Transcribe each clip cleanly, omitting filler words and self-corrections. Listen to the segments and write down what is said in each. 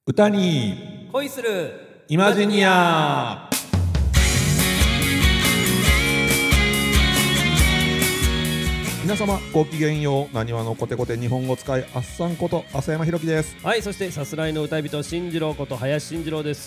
歌に恋するイマジニア。皆様ごきげんよう。なにわのコテコテ日本語使いあっさんこと浅山ひろきです。 はい、そしてさすらいの歌い人進次郎こと林進次郎です。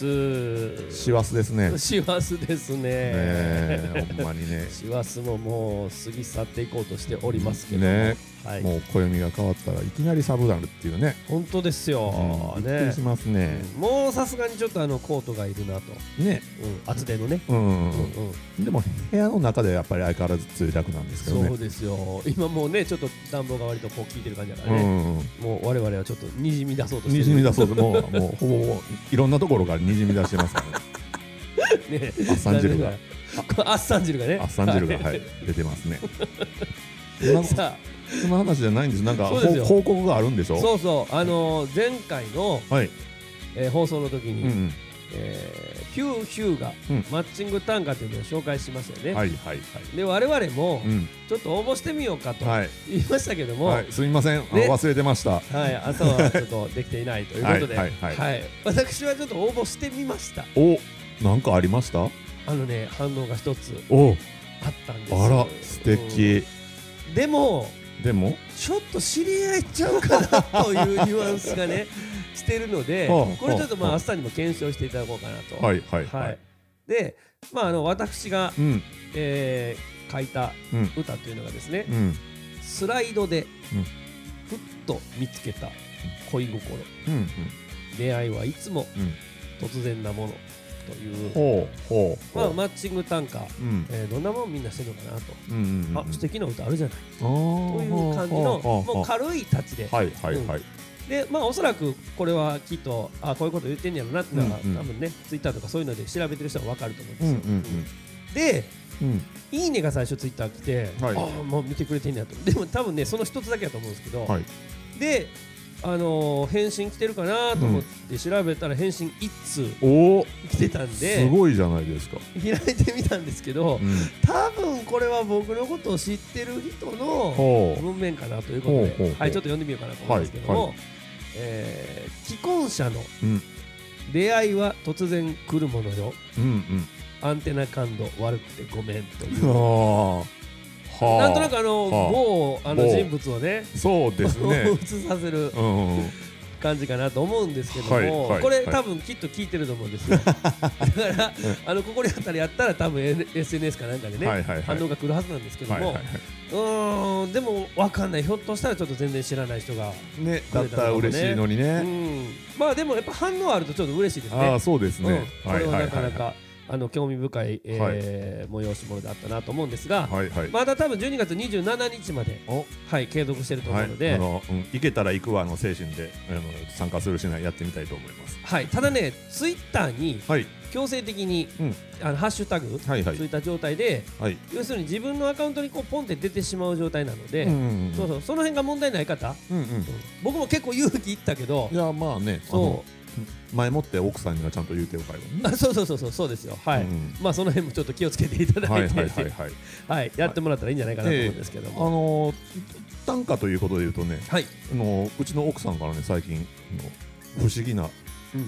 師走ですね。 師走ですね。 ほんまにね。 師走ももう過ぎ去っていこうとしておりますけども、 ね、 はい、 もう暦が変わったらいきなり寒くなるっていうね。 本当ですよ、 びっくりしますね。 もうさすがにちょっとコートがいるなとね、 厚手のね、 でも部屋の中でやっぱり相変わらず梅雨だくなんですけどね。 そうですよ。今もうねちょっと暖房が割とこう効いてる感じだからね、もう我々はちょっとにじみ出そうとしてる。 にじみ出そうともうほぼいろんなところからにじみ出してますからね。あっさん汁があっさん汁がね、 あっさん汁が、はい、出てますね。 さあその話じゃないんです。なんか報告があるんでしょ。 そうそう、前回の、 はい、 放送の時に、ヒューがマッチング単価というのを紹介しましたよね。 はいはいはい。 で我々もちょっと応募してみようかと言いましたけども、 すみません、忘れてました。 はい、朝はちょっとできていないということで、私はちょっと応募してみました。 お、なんかありました？ 反応が一つあったんです。 あら素敵。 でもちょっと知り合いちゃうかなというニュアンスがねしてるので、これちょっと明日にも検証していただこうかなと。はいはいはい。で、私が書いた歌というのがですね、スライドでふっと見つけた恋心、出会いはいつも突然なものというマッチング単価、どんなもんみんなしてるのかなと、素敵な歌あるじゃないという感じのもう軽いタッチで、でおそらくこれはきっとこういうこと言ってんやろなっていうのは多分ねツイッターとかそういうので調べてる人は分かると思うんですよ。でいいねが最初ツイッター来て、もう見てくれてんやと。でも多分ねその一つだけだと思うんですけど、で返信来てるかなと思って調べたら返信1通来てたんで、 すごいじゃないですか。 開いてみたんですけど、多分これは僕のことを知ってる人の文面かなということで、ちょっと読んでみようかなと思うんですけども、既婚者の出会いは突然来るものよ、アンテナ感度悪くてごめんというなんとなく某人物をね、そうですね映させる感じかなと思うんですけども、これ多分きっと聞いてると思うんですよ。だからここにあたりやったら多分 SNS かなんかでね反応が来るはずなんですけども、でも分かんない。ひょっとしたらちょっと全然知らない人がねだったら嬉しいのにね。 でもやっぱ反応あるとちょっと嬉しいですね。 そうですね。 これはなかなか興味深い催し物であったなと思うんですが、まだ多分12月27日まで継続してると思うので、 行けたら行くわの精神で参加するしないやってみたいと思います。 ただねツイッターに強制的にハッシュタグついた状態で、要するに自分のアカウントにこうポンって出てしまう状態なので、その辺が問題ない方、僕も結構勇気いったけど、 いやまあね、前もって奥さんにはちゃんと言うておかればね。 そうですよ。その辺もちょっと気をつけていただいてやってもらったらいいんじゃないかなと思うんですけども、 短歌ということで言うとね、うちの奥さんからね最近不思議な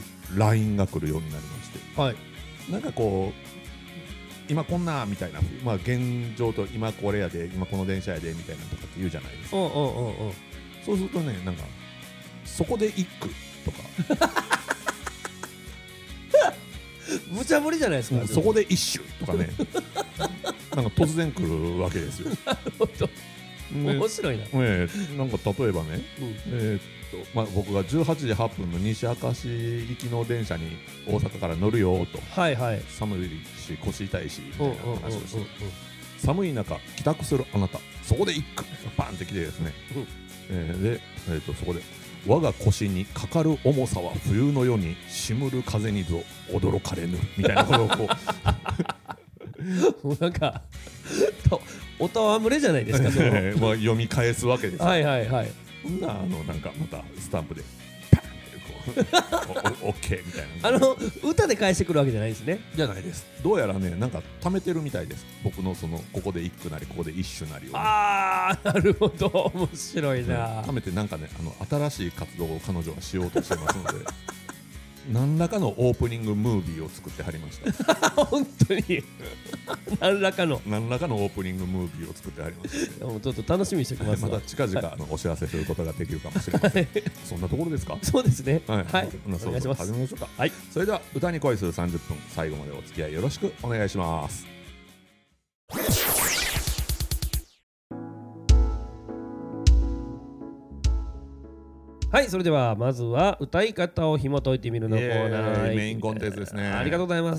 LINE が来るようになりまして、なんかこう今こんなみたいな、現状と今これやで今この電車やでみたいなとかって言うじゃないですか。そうするとね、なんかそこで一句とか無茶ぶりじゃないですか。 そこで一首とかねなんか突然来るわけですよ。 なるほど、面白いな。 なんか例えばね、僕が18時8分の西明石行きの電車に大阪から乗るよと、寒いし腰痛いしみたいな話をして、寒い中帰宅するあなた、そこで一句バンってきてですね、でそこで我が腰にかかる重さは冬の夜にしむる風にぞ驚かれぬみたいなことをこうもうなんかおたわむれじゃないですか。 読み返すわけですよ。ほんななんかまたスタンプでパンってこうオッケーみたいな。 歌で返してくるわけじゃないですね。 じゃないです。どうやらね、なんか貯めてるみたいです。僕のここで一句なりここで一首なりを、 なるほど、面白いな。 貯めてなんかね新しい活動を彼女はしようとしてますので何らかのオープニングムービーを作ってはりました本当に何らかのオープニングムービーを作ってはりましたもうちょっと楽しみにしておきますまた近々お知らせすることができるかもしれませんそんなところですか。 そうですね。 はい、 お願いします。 始めましょうか。 はい、 それでは歌に恋する30分、最後までお付き合いよろしくお願いします。 はい、それではまずは歌い方を紐解いてみるのコーナー、 メインコンテンツですね。 ありがとうございます。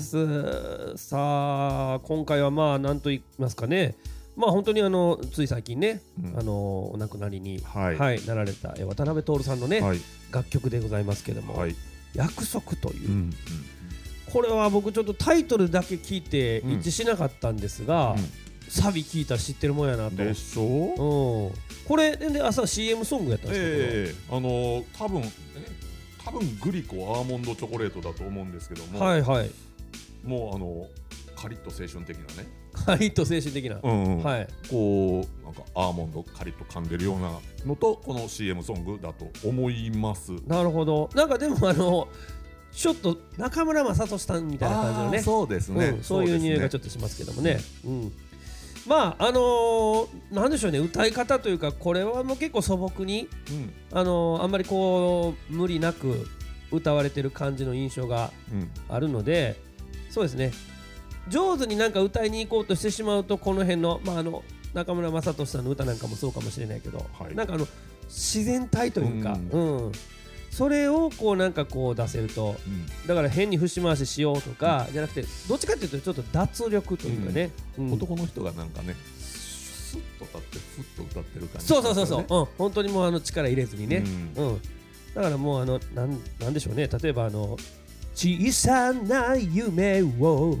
さあ今回はまあ何と言いますかね、まあ本当につい最近ね、お亡くなりに、なられた渡辺徹さんのね、楽曲でございますけども、約束という、これは僕ちょっとタイトルだけ聞いて一致しなかったんですが、サビ聞いたら知ってるもんやなと。 でしょ。 これで朝 CM ソングやったんですか。 多分グリコアーモンドチョコレートだと思うんですけども、もうカリッと青春的なね、 カリッと青春的な、 こうなんかアーモンドカリッと噛んでるようなのとこの CM ソングだと思います。 なるほど。なんかでもちょっと中村雅俊さんみたいな感じのね、 そうですね、 そういう匂いがちょっとしますけどもね。まあなんでしょうね、歌い方というか、これはもう結構素朴に、あんまりこう無理なく歌われてる感じの印象があるので、そうですね、上手になんか歌いに行こうとしてしまうと、この辺の、中村雅俊さんの歌なんかもそうかもしれないけど、なんか自然体というか、それをこうなんかこう出せると、だから変に節回ししようとかじゃなくて、どっちかっていうとちょっと脱力というかね、 男の人がなんかねスッと歌ってふっと歌ってる感じ。 そう本当にもう力入れずにね、だからもうなんでしょうね、例えば小さな夢を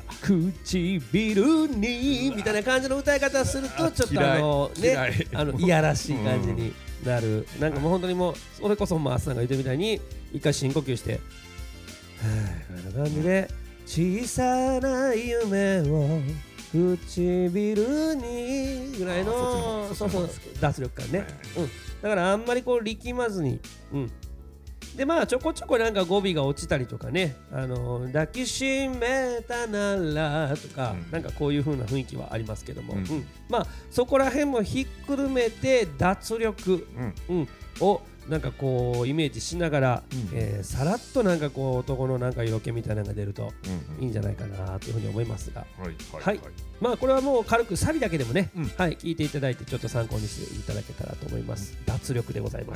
唇にみたいな感じの歌い方すると、ちょっといやらしい感じになる。なんかもう本当にもうそれこそマースさんが言ってるみたいに、一回深呼吸してこんな感じで、小さな夢を唇にぐらいの脱力感ね。だからあんまりこう力まずに、でちょこちょこなんか語尾が落ちたりとかね、抱きしめたならとか、なんかこういう風な雰囲気はありますけども、そこら辺もひっくるめて脱力、をなんかこうイメージしながら、さらっとなんかこう男のなんか色気みたいなのが出るといいんじゃないかなというふうに思いますが、これはもう軽くサビだけでもね、聞いていただいてちょっと参考にしていただけたらと思います。脱力でございます。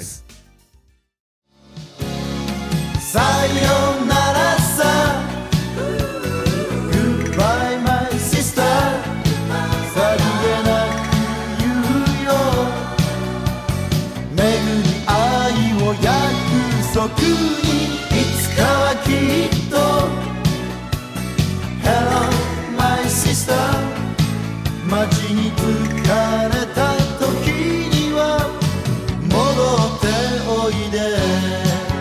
さよならさ Goodbye my sister さりげなく言うよ、巡り愛を約束にいつかはきっと Hello my sister 街に疲れた時には戻っておいで。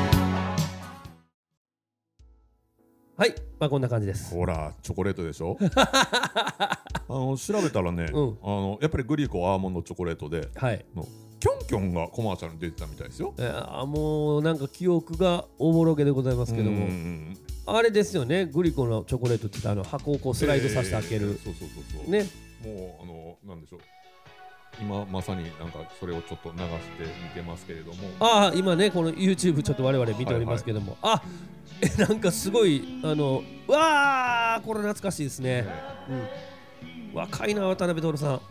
はい、こんな感じです。 ほらチョコレートでしょ調べたらね、やっぱりグリコアーモンドチョコレートで、キョンキョンがコマーシャルに出てたみたいですよ。 もうなんか記憶がおぼろげでございますけども、あれですよね、グリコのチョコレートって言った箱をこうスライドさせて開ける、ね、 もうなんでしょう、今まさになんかそれをちょっと流して見てますけれども、 今ねこの YouTube ちょっと我々見ておりますけども、なんかすごいわー、これ懐かしいですね。若いな渡辺徹さん。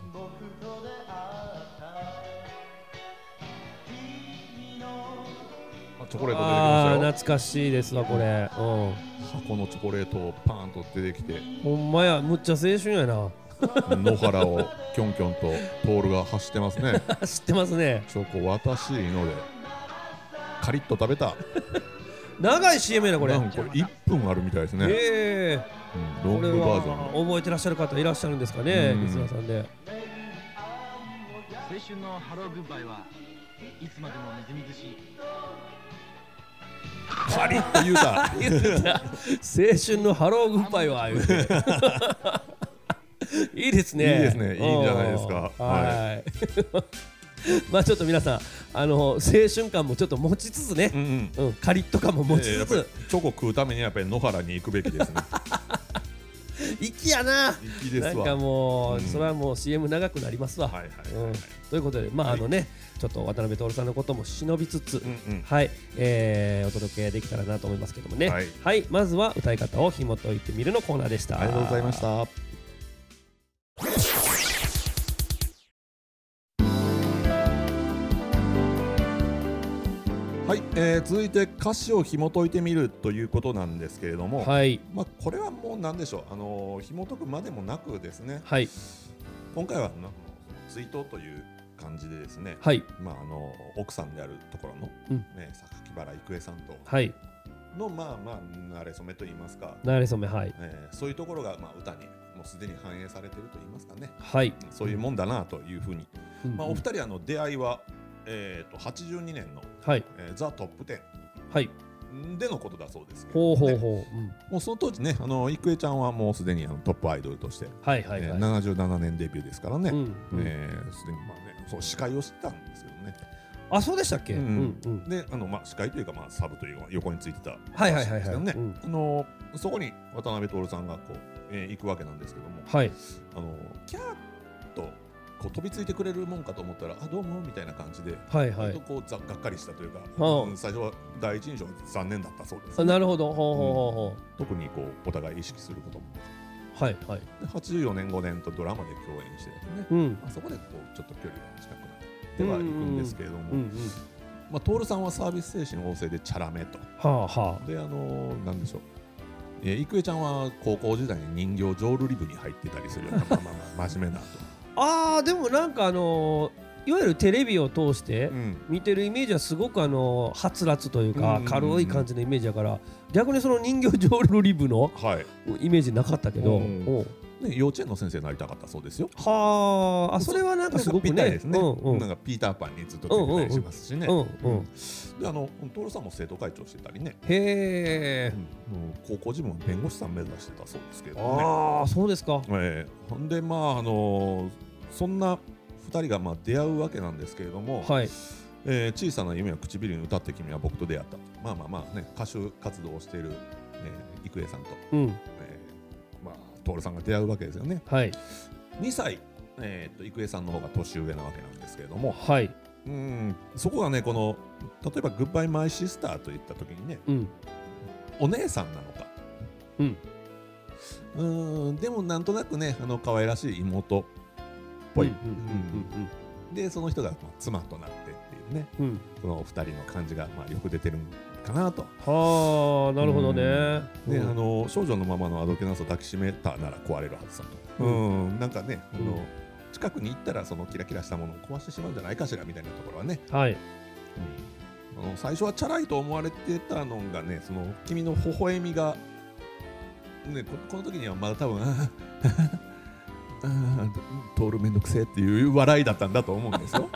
チョコレート出てきましたよ。 懐かしいですわこれ。 箱のチョコレートをパーンと出てきて、 ほんまや、むっちゃ青春やな。 野原をキョンキョンとトールが走ってますね。 知ってますね。 チョコ私のでカリッと食べた。 長い CM やなこれ。 なんか1分あるみたいですね。ロングバージョン。 覚えてらっしゃる方いらっしゃるんですかね、リスナーさんで。 青春のハローグッバイはいつまでもみずみずしい。 カリッと言うた。 青春のハローグッバイは言うて。いいですね。 いいですね。いいんじゃないですか。 まあちょっと皆さん青春感もちょっと持ちつつね、カリッと感も持ちつつ、 チョコ食うためにはやっぱり野原に行くべきですね。 粋やな。 粋ですわ。 なんかもう、それはもう CM 長くなりますわ。ということでまあね、ちょっと渡辺徹さんのことも忍びつつ、はい、お届けできたらなと思いますけどもね。はい、まずは歌い方を紐解いてみるのコーナーでした。 ありがとうございました。はい、続いて歌詞を紐解いてみるということなんですけれども、 はい、 まあ、これはもう何でしょう、紐解くまでもなくですね、 はい、 今回は追悼という感じでですね、 はい、 まあ、奥さんであるところの、榊原郁恵さんとの、まあ馴れ初めといいますか、 馴れ初め、はい、 そういうところが、まあ、歌にもうすでに反映されているといいますかね、 はい、 そういうもんだなというふうに、まあ、お二人出会いは82年の、ザ・トップ10、はい、でのことだそうですけど、ね、もうその当時ね、郁恵ちゃんはもうすでにトップアイドルとして、77年デビューですからね、すでにまあね、そう司会をしてたんですけどね。 あ、そうでしたっけ。 でまあ、司会というか、まあ、サブというか横についてたんですけどね、そこに渡辺徹さんがこう、行くわけなんですけども、キャーッとこう飛びついてくれるもんかと思ったら、あ、どうもみたいな感じで、こうがっかりしたというか、最初は第一印象が残念だったそうです、ね。 なるほど。 特にこうお互い意識することも。 で 84年5年とドラマで共演してね、そこでこうちょっと距離が近くなってはいくんですけれども、まあ、徹さんはサービス精神旺盛でチャラめと。でなんでしょう、郁恵ちゃんは高校時代に人形浄瑠璃部に入ってたりするような真面目なと。 でもなんかいわゆるテレビを通して見てるイメージはすごくはつらつというか軽い感じのイメージだから、逆にその人形浄瑠璃部のイメージなかったけど、 幼稚園の先生になりたかったそうですよ。 それはなんかすごくね、 なんかピーターパンにずっとついてたりしますしね。で徹さんも生徒会長してたりね。高校時分は弁護士さん目指してたそうですけどね。 そうですか。 ほんでまあそんな2人がまあ出会うわけなんですけれども、小さな夢を唇に歌って君は僕と出会った。まあね、歌手活動をしている郁恵さんと徹さんが出会うわけですよね。2歳、郁恵さんの方が年上なわけなんですけれども、そこがね、この例えばグッバイマイシスターといった時にね、お姉さんなのか、でもなんとなくね、可愛らしい妹っぽい、でその人が妻となってっていうね、そのお二人の感じがまあよく出てるかなと。 なるほどね。 で少女のままのあどけなさを抱きしめたなら壊れるはずさと。なんかね、近くに行ったらそのキラキラしたものを壊してしまうんじゃないかしらみたいなところはね。最初はチャラいと思われてたのがね、その君の微笑みがね、この時にはまだ多分通るめんどくせえっていう笑いだったんだと思うんですよ。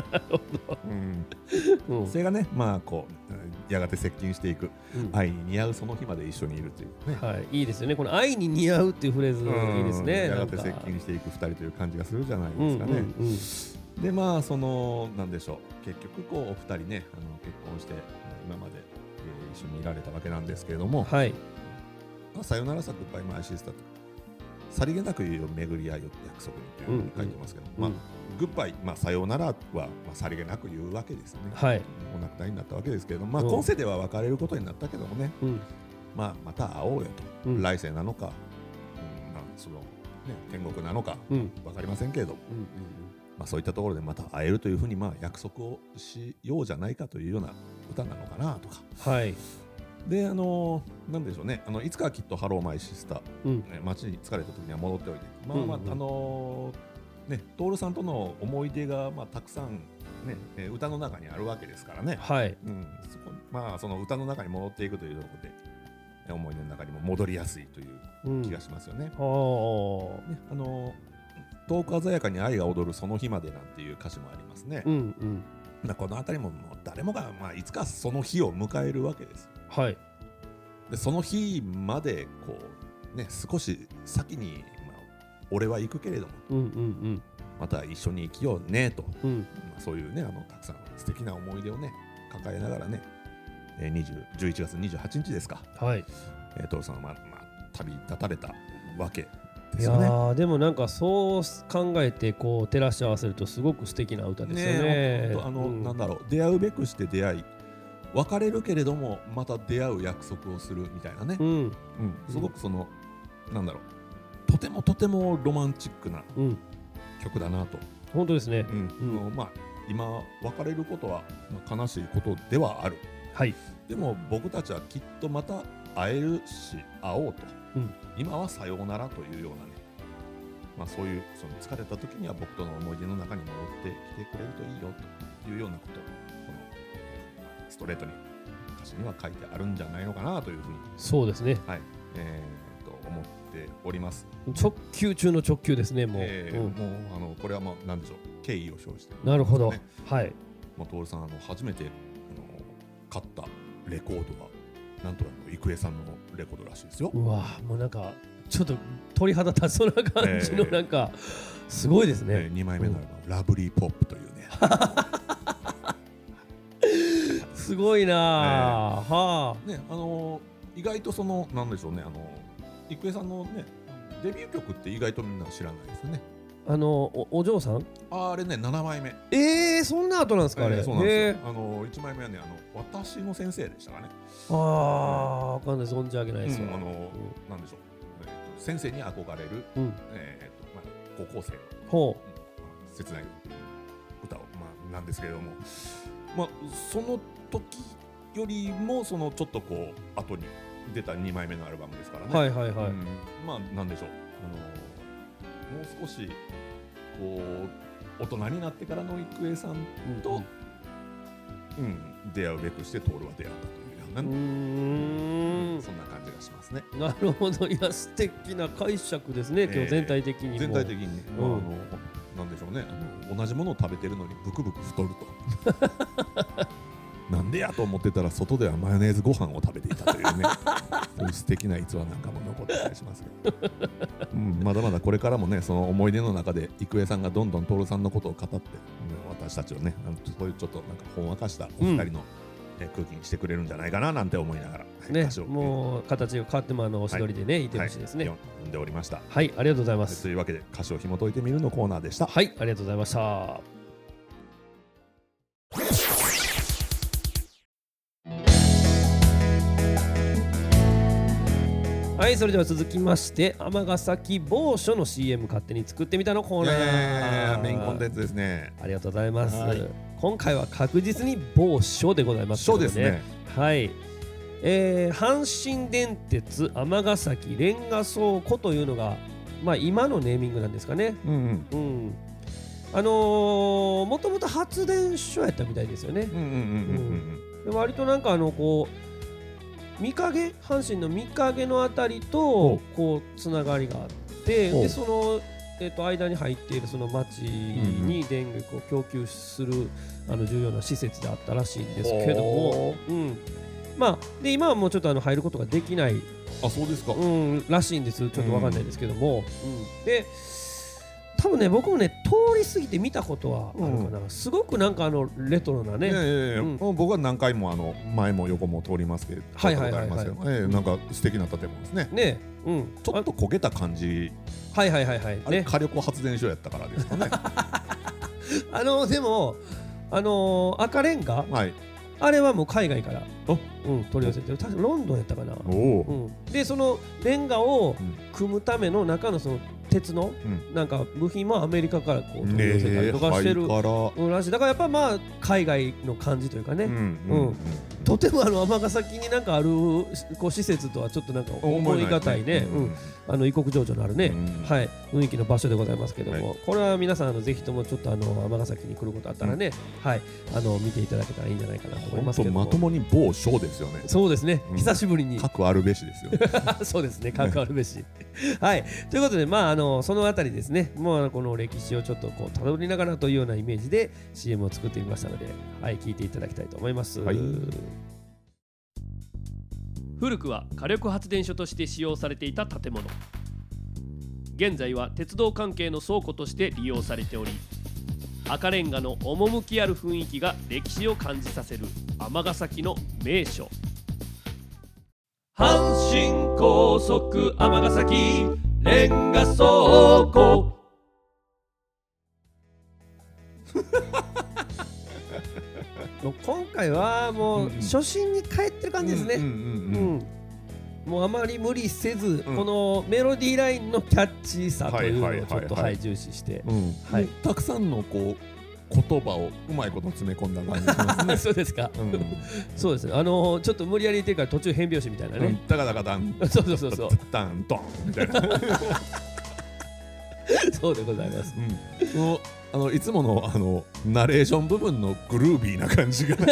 それがね、まあこうやがて接近していく、愛に似合うその日まで一緒にいるというね、 いいですよね。この愛に似合うっていうフレーズいいですね。 やがて接近していく2人という感じがするじゃないですかね。でまあそのなんでしょう、結局こうお二人ね、結婚して今まで一緒にいられたわけなんですけれども、さよならさグッバイマイシスターとさりげなく言うよ巡り合いよって約束にというふうに書いてますけど、グッバイ、さよならは、さりげなく言うわけですね。お亡くなりになったわけですけれども、今世では別れることになったけどもね、また会おうよと、来世なのか、そのね、天国なのか分かりませんけれども、そういったところでまた会えるというふうに約束をしようじゃないかというような歌なのかなとか。でなんでしょうね、いつかはきっとハローマイシスター、街に疲れた時には戻っておいて、ね、徹さんとの思い出がたくさん、ね、歌の中にあるわけですからね、その歌の中に戻っていくというところで思い出の中にも戻りやすいという気がしますよね。遠く鮮やかに愛が踊るその日までなんていう歌詞もありますね。この辺りも誰もがいつかその日を迎えるわけです。でその日までこう、ね、少し先に、俺は行くけれども、 また一緒に生きようねと、そういうねたくさん素敵な思い出をね抱えながらね、11月28日ですか、徹さんは旅立たれたわけですよね。 いやでもなんかそう考えてこう照らし合わせるとすごく素敵な歌ですよね。 なんだろう、出会うべくして出会い、別れるけれどもまた出会う約束をするみたいなね、すごくなんだろう、とてもロマンチックな曲だなと。 本当ですね。 今別れることは悲しいことではある、でも僕たちはきっとまた会えるし会おうと、今はさようならというようなね、そういう疲れた時には僕との思い出の中に戻ってきてくれるといいよというようなことをこのストレートに歌詞には書いてあるんじゃないのかなというふうに、 そうですね、 思っております。 直球中の直球ですね。もう、 もうこれは何でしょう、敬意を表して、 なるほど、 徹さん初めて買ったレコードがなんと郁恵さんのレコードらしいですよ。 うわもうなんかちょっと鳥肌立ちそうな感じのなんかすごいですね。 2枚目のラブリーポップというねすごいな意外となんでしょうね、郁恵さんのねデビュー曲って意外とみんな知らないですよね。 お嬢さんあれね7枚目。 そんな後なんですかあれ。 そうなんですよ。1枚目はね私の先生でしたかね。 わかんない、存じ上げないですよ。 なんでしょう、先生に憧れる高校生の切ない歌をなんですけれども、その時よりもちょっとこう後に出た2枚目のアルバムですからね。なんでしょう、もう少しこう大人になってからの郁恵さんと、出会うべくして徹は出会ったというような、そんな感じがしますね。 なるほど、いや素敵な解釈ですね。今日全体的にも全体的になんでしょうね、同じものを食べてるのにブクブク太るとなんでやと思ってたら外ではマヨネーズご飯を食べていたというねそういう素敵な逸話なんかも残ってたりしますけど、まだまだこれからもねその思い出の中で郁恵さんがどんどん徹さんのことを語って、私たちをねそういうちょっとなんかほんわかしたお二人の、空気にしてくれるんじゃないかななんて思いながら、 もう形が変わってもおしどりでね、いてほしいですね。 読んでおりました。 ありがとうございます。 というわけで歌詞を紐解いてみるのコーナーでした。 ありがとうございました。それでは続きまして尼崎某所の CM 勝手に作ってみたのコーナー、 メインコンテンツですね。 ありがとうございます。今回は確実に某所でございますけどね。 そうですね。 阪神電鉄尼崎レンガ倉庫というのが、今のネーミングなんですかね。もともと発電所やったみたいですよね。割となんかこう御影、阪神の御影のあたりとこうつながりがあって、でその間に入っているその町に電力を供給する重要な施設であったらしいんですけども、で今はもうちょっと入ることができない、 そうですか、 らしいんです。ちょっと分かんないですけども、で多分ね僕もね通り過ぎて見たことはあるかな。すごくなんかレトロなね、 僕は何回も前も横も通りますけど、なんか素敵な建物ですね。ちょっと焦げた感じ、あれ火力発電所やったからですかね。 でも赤レンガ、あれはもう海外から取り寄せてる、確かロンドンやったかな。でそのレンガを組むための中のその鉄のなんか部品もアメリカからこう取り寄せたりとかしてるらしい。だからやっぱ海外の感じというかね、とても尼崎になんかあるこう施設とはちょっとなんか思いがたいね、異国情緒のあるね、雰囲気の場所でございますけども、これは皆さんぜひともちょっと尼崎に来ることあったらね、見ていただけたらいいんじゃないかなと思いますけども。 まともに某所ですよね。 そうですね、久しぶりに各あるべしですよね。 そうですね、各あるべし。ということでそのあたりですね、もうこの歴史をちょっとこうたどりながらというようなイメージで CM を作ってみましたので、聞いていただきたいと思います。 古くは火力発電所として使用されていた建物、 現在は鉄道関係の倉庫として利用されており、赤レンガの趣ある雰囲気が歴史を感じさせる尼崎の名所。阪神高速尼崎レンガ倉庫今回はもう初心に帰ってる感じですね。もうあまり無理せず、このメロディーラインのキャッチーさというのをちょっと重視して、 たくさんのこう言葉をうまいこと詰め込んだ感じしますね。 そうですか。そうですね。ちょっと無理やり言ってるから途中変拍子みたいなね。 ダカダカダン。 そうダンドンみたいな。 そうでございます。 いつものナレーション部分のグルービーな感じが。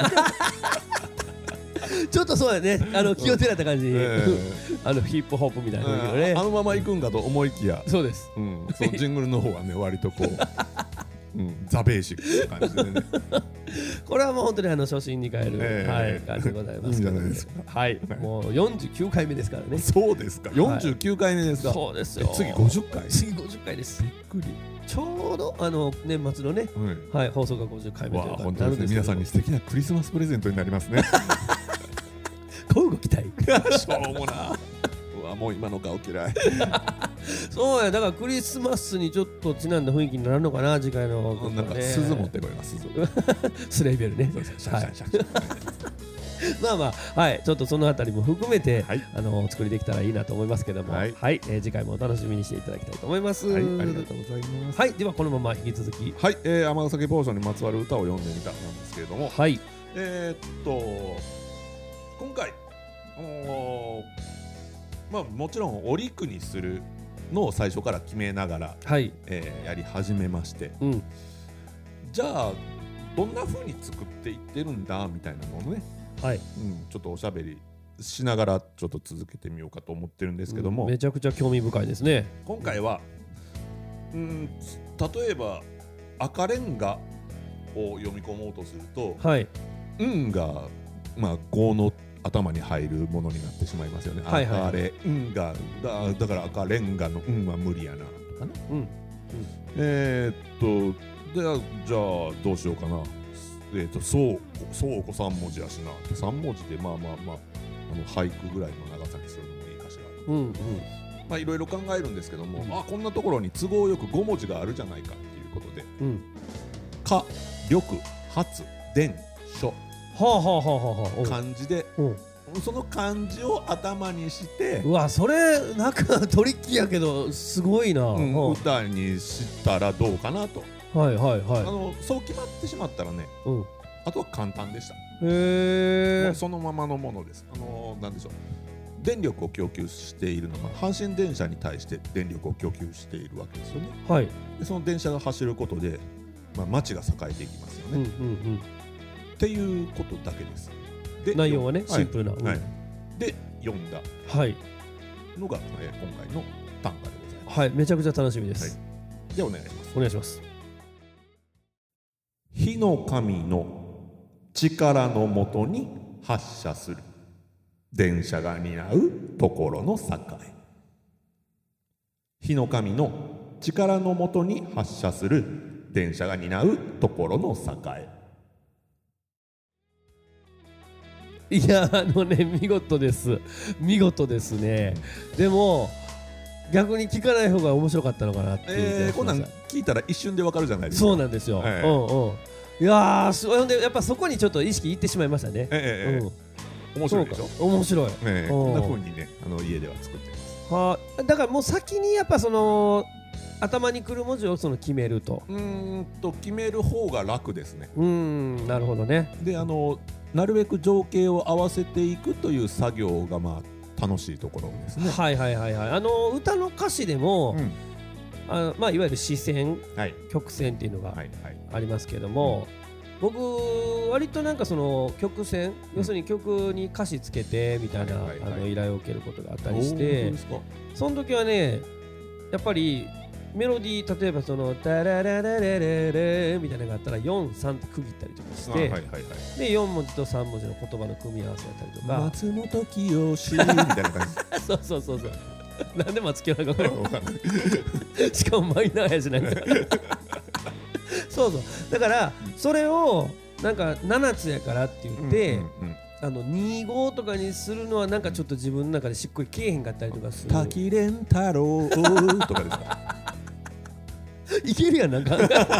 ちょっとそうだね、気をつけた感じ、ヒップホップみたいなね、 あのまま行くんかと思いきや、 そうです、 そのジングルの方はね割とこうザベーシックな感じでね。 これはもう本当に初心に帰る感じでございます。いいんじゃないですか。 はい、もう49回目ですからね。 そうですか。49回目ですか。 そうですよ。 次50回。 次50回です。 びっくり。 ちょうど年末のね、放送が50回目というか、 本当ですね。皆さんに素敵なクリスマスプレゼントになりますね。 こうご期待。 しょうもな。うわ、もう今の顔嫌い。 そうや、だからクリスマスにちょっとちなんだ雰囲気になるのかな、次回の。 なんか鈴持ってこいます。 スレイベルね。まあまあ、はい、ちょっとそのあたりも含めて、お作りできたらいいなと思いますけども、次回もお楽しみにしていただきたいと思います。 ありがとうございます。 はい、ではこのまま引き続き、 はい、尼崎ポーションにまつわる歌を読んでみたなんですけれども、 はい、 今回まあもちろんお陸にするのを最初から決めながら、やり始めまして、じゃあどんな風に作っていってるんだみたいなのをね、ちょっとおしゃべりしながらちょっと続けてみようかと思ってるんですけども、 めちゃくちゃ興味深いですね。 今回は例えば赤レンガを読み込もうとすると、がまあ5の頭に入るものになってしまいますよね。赤レンガだから赤レンガのは無理やなとかね。じゃあどうしようかな。倉庫3文字やしなって3文字でまあ俳句ぐらいの長さにするのもいいかしら。まあいろいろ考えるんですけども、こんなところに都合よく5文字があるじゃないかっていうことで、か、緑、発、伝、書、漢字で、その漢字を頭にして、 うわ、それなんかトリッキーやけどすごいな。 歌にしたらどうかなと。そう決まってしまったらね、あとは簡単でした。もうそのままのものです。なんでしょう、電力を供給しているのは阪神電車に対して電力を供給しているわけですよね。でその電車が走ることで、街が栄えていきますよね。っていうことだけです。で内容はね、シンプルな。 で読んだのが、今回の短歌でございます。 はい、めちゃくちゃ楽しみです。 ではお願いします。 お願いします。 火の神の力のもとに発射する電車が担うところの境。火の神の力のもとに発射する電車が担うところの境。 いや、見事です。見事ですね。でも逆に聞かない方が面白かったのかなっていう。 こんなん聞いたら一瞬でわかるじゃないですか。 そうなんですよ。いやー、ほんでやっぱそこにちょっと意識いってしまいましたね。 面白いでしょ。 面白い。 こんな風にね、家では作ってます。だからもう先にやっぱその頭にくる文字を決めると。 決める方が楽ですね。 なるほどね。 でなるべく情景を合わせていくという作業が楽しいところですね。 歌の歌詞でも、いわゆる視線、曲線っていうのがありますけども、僕割となんかその曲線、要するに曲に歌詞つけてみたいな依頼を受けることがあったりして、その時はね、やっぱりメロディー、例えばそのタララララララみたいなのがあったら4、3って区切ったりとかして、で4文字と3文字の言葉の組み合わせだったりとか、 松本清みたいな感じ。 そうなんで松清なんか分かんないしかもマイナーやしなんかそうだからそれをなんか7つやからって言って、25とかにするのはなんかちょっと自分の中でしっくりけえへんかったりとかする。 滝蓮太郎とかですかいけるやんなんか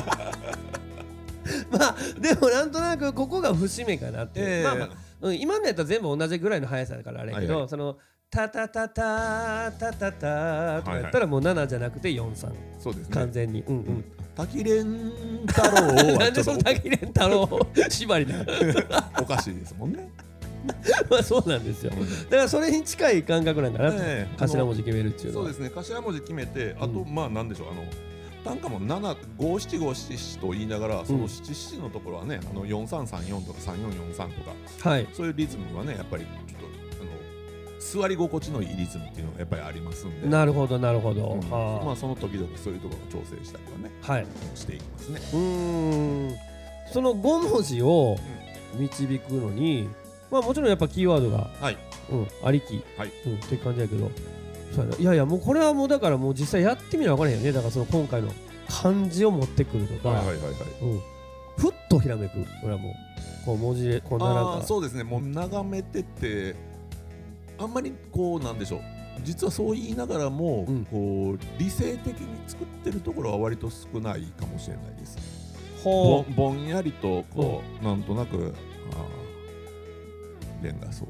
まあでもなんとなくここが節目かなって、今のやったら全部同じぐらいの速さだからあれやけど、そのタタタタタタタとかやったらもう7じゃなくて43、そうですね、完全に。 滝蓮太郎なんでその滝蓮太郎縛りなおかしいですもんねまあそうなんですよ。だからそれに近い感覚なんかな、頭文字決めるっていうのは。 そうですね、頭文字決めて、あとまあなんでしょう、単価も7、5、7、5、7と言いながら、その7、7のところはね、4334とか3443とか、そういうリズムはね、やっぱりちょっと座り心地のいいリズムっていうのがやっぱりありますんで。 なるほどなるほど。 まあその時々そういうところを調整したりはね、していきますね。 その5文字を導くのに、まあもちろんやっぱキーワードがありきって感じやけど、いやいやもうこれはもうだからもう実際やってみな分からへんよね。だからその今回の漢字を持ってくるとか、ふっとひらめく、これはもうこう文字でこんななんか、 そうですね、もう眺めててあんまりこうなんでしょう、実はそう言いながらも、こう理性的に作ってるところは割と少ないかもしれないです。ぼんやりとこう、なんとなくレンガ倉庫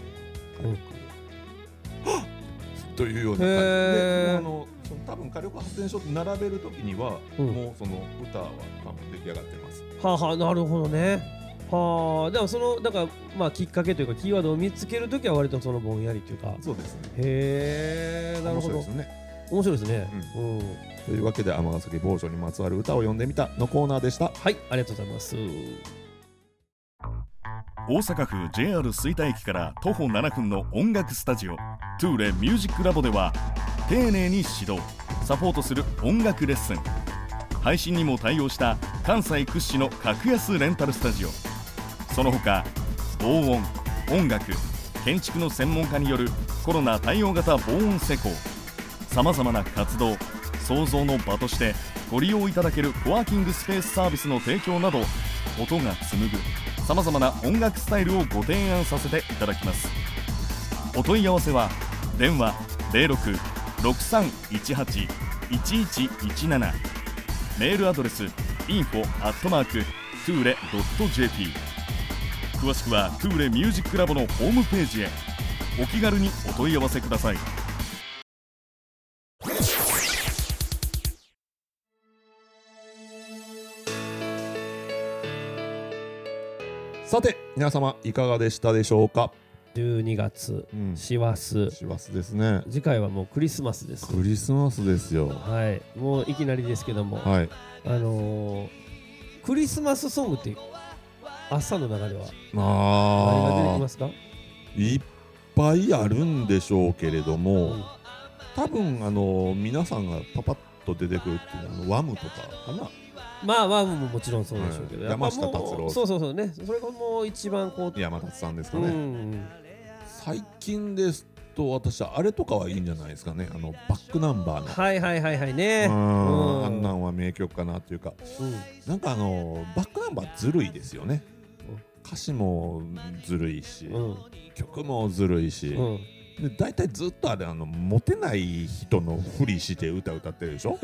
というような感じで、多分火力発電所って並べるときには、もうその歌は多分出来上がってます。 なるほどね。でもそのだからまあきっかけというかキーワードを見つけるときは割とそのぼんやりというか。 そうですね。 なるほど。面白いですね。面白いですね。 というわけで尼崎某所にまつわる歌を読んでみたのコーナーでした。 はい、ありがとうございます。 大阪府 JR 吹田駅から徒歩7分の音楽スタジオトゥーレミュージックラボでは丁寧に指導サポートする音楽レッスン、配信にも対応した関西屈指の格安レンタルスタジオ、その他防音、音楽、建築の専門家によるコロナ対応型防音施工、さまざまな活動創造の場としてご利用いただけるコワーキングスペースサービスの提供など、音が紡ぐさまざまな音楽スタイルをご提案させていただきます。お問い合わせは電話 06-6318-1117、 メールアドレス info@toure.jp、 詳しくはトゥーレミュージックラボのホームページへお気軽にお問い合わせください。 さて皆様いかがでしたでしょうか。 12月、師走ですね。 次回はもうクリスマスです。 クリスマスですよ。 はい、もういきなりですけども、クリスマスソングって朝の中では何が出てきますか？ いっぱいあるんでしょうけれども、多分皆さんがパパッと出てくるっていうのはワムとかかな。 まあワムももちろんそうでしょうけど、 山下達郎、 そうね、それがもう一番こう山達さんですかね。最近ですと私はあれとかはいいんじゃないですかね。バックナンバーのはいね、 あんなんは名曲かなっていうか、なんかバックナンバーずるいですよね。歌詞もずるいし、曲もずるいし、で大体ずっとあれモテない人のふりして歌ってるでしょ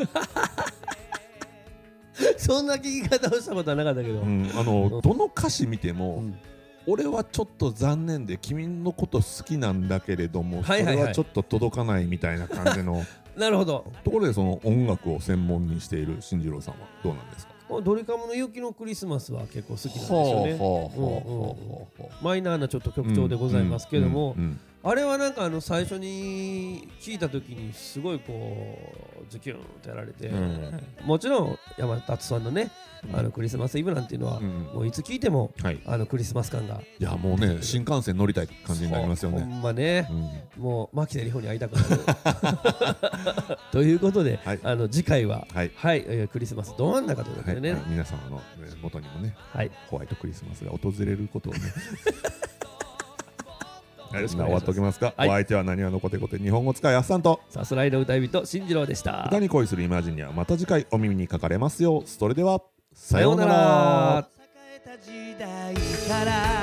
そんな聞き方をしたことはなかったけど、 どの歌詞見ても、俺はちょっと残念で君のこと好きなんだけれども、それはちょっと届かないみたいな感じのなるほど。 ところでその音楽を専門にしている進次郎さんはどうなんですか？ ドリカムの雪のクリスマスは結構好きなんですよね。マイナーなちょっと曲調でございますけども、あれはなんか最初に聞いた時にすごいこうズキュンってやられて、もちろん山達さんのねクリスマスイブなんていうのはもういつ聞いてもクリスマス感が、 いやもうね新幹線乗りたい感じになりますよね。 ほんまね、もう牧瀬里穂に会いたくなるということで、次回はクリスマスど真ん中ということでね、 皆様の元にもねホワイトクリスマスが訪れることをね終わっておきますか。お相手はなにわのコテコテ日本語使いあっさんとさすらいの歌い人進次郎でした。 歌に恋するイマジンにはまた次回お耳にかかれますよう。それではさようなら。 栄えた時代から